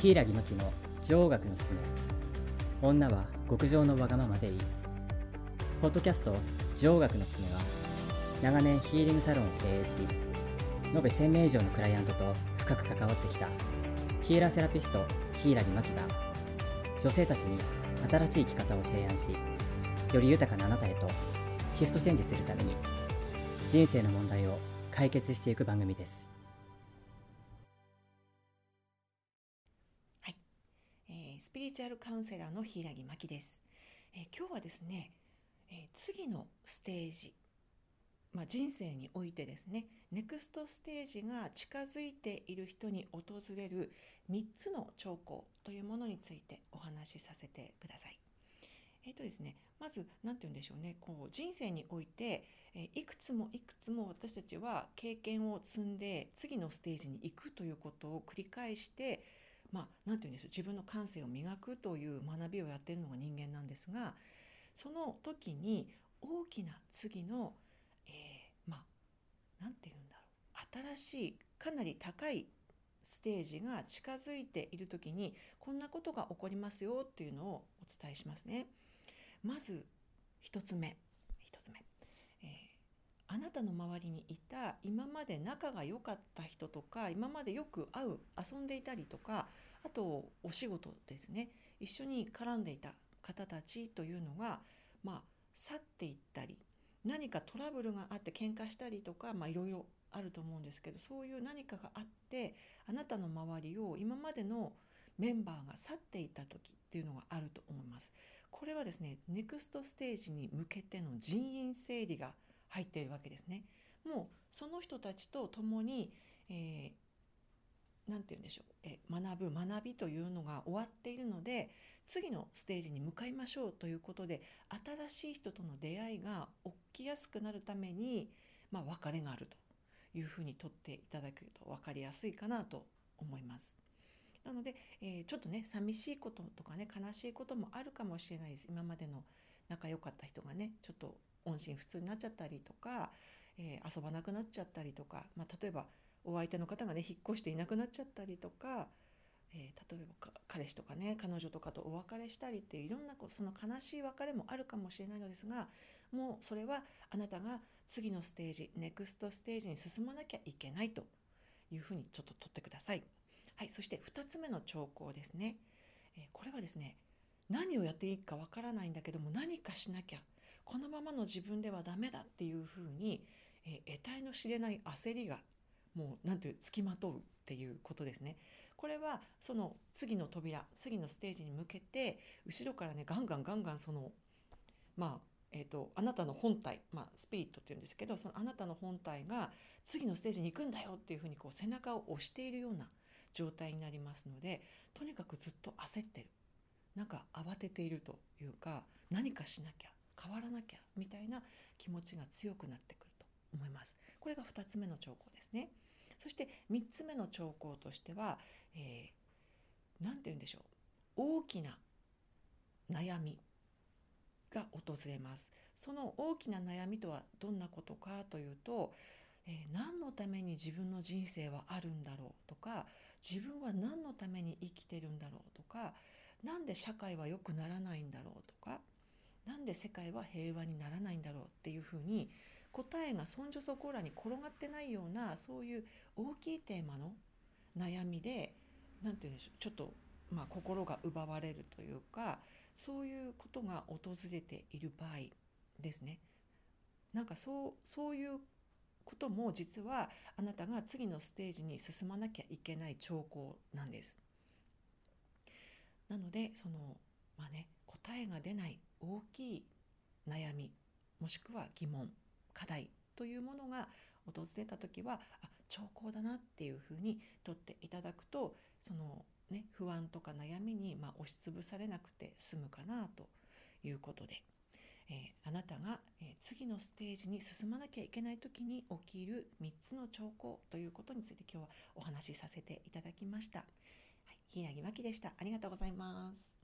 柊真希の女王学のすすめ。女は極上のわがままでいい。ポッドキャスト女王学のすすめは、長年ヒーリングサロンを経営し、延べ1000名以上のクライアントと深く関わってきたヒーラーセラピスト柊真希が、女性たちに新しい生き方を提案し、より豊かなあなたへとシフトチェンジするために、人生の問題を解決していく番組です。 スピリチュアルカウンセラーの柊真希です。今日はですね、次のステージ、人生においてですね、ネクストステージが近づいている人に訪れる3つの兆候というものについてお話しさせてください。ですね、まず何て言うんでしょうね、人生において、いくつも私たちは経験を積んで次のステージに行くということを繰り返して、なんて言うんでしょう、自分の感性を磨くという学びをやっているのが人間なんですが、その時に大きな次の、なんて言うんだろう、新しいかなり高いステージが近づいている時にこんなことが起こりますよっていうのをお伝えしますね。まず一つ目、あなたの周りにいた今まで仲が良かった人とか、今までよく遊んでいたりとか、あとお仕事ですね、一緒に絡んでいた方たちというのが、去っていったり、何かトラブルがあって喧嘩したりとか、いろいろあると思うんですけど、そういう何かがあってあなたの周りを今までのメンバーが去っていた時っていうのがあると思います。これはですね、ネクストステージに向けての人員整理が入っているわけですね。もうその人たちと共に、なんて言うんでしょう、学びというのが終わっているので、次のステージに向かいましょうということで、新しい人との出会いが起きやすくなるために、別れがあるというふうに取っていただくと分かりやすいかなと思います。なので、ちょっとね、寂しいこととかね、悲しいこともあるかもしれないです。今までの仲良かった人がね、ちょっと音信不通になっちゃったりとか、遊ばなくなっちゃったりとか、例えばお相手の方がね、引っ越していなくなっちゃったりとか、例えば彼氏とかね、彼女とかとお別れしたりっていう、いろんなその悲しい別れもあるかもしれないのですが、もうそれはあなたが次のステージ、ネクストステージに進まなきゃいけないというふうにちょっと取ってください。はい、そして2つ目の兆候ですね。これはですね、何をやっていいかわからないんだけども、何かしなきゃ、このままの自分ではダメだっていうふうに、得体の知れない焦りがもうつきまとうっていうことですね。これはその次の扉、次のステージに向けて後ろからね、ガンガンそのあなたの本体、スピリットっていうんですけど、そのあなたの本体が次のステージに行くんだよっていうふうに背中を押しているような状態になりますので、とにかくずっと焦ってる、慌てているというか、何かしなきゃ、変わらなきゃみたいな気持ちが強くなってくると思います。これが2つ目の兆候ですね。そして3つ目の兆候としては、なんて言うんでしょう、大きな悩みが訪れます。その大きな悩みとはどんなことかというと、何のために自分の人生はあるんだろうとか、自分は何のために生きてるんだろうとか、なんで社会は良くならないんだろうとか、なんで世界は平和にならないんだろうっていうふうに、答えがそんじょそこらに転がってないような、そういう大きいテーマの悩みで、なんて言うんでしょう、ちょっと心が奪われるというか、そういうことが訪れている場合ですね。そういうことも実はあなたが次のステージに進まなきゃいけない兆候なんです。なので答えが出ない大きい悩み、もしくは疑問、課題というものが訪れた時は、兆候だなっていうふうに取っていただくと、不安とか悩みに押しつぶされなくて済むかなということで、あなたが、次のステージに進まなきゃいけない時に起きる3つの兆候ということについて今日はお話しさせていただきました。はい、柊真希でした。ありがとうございます。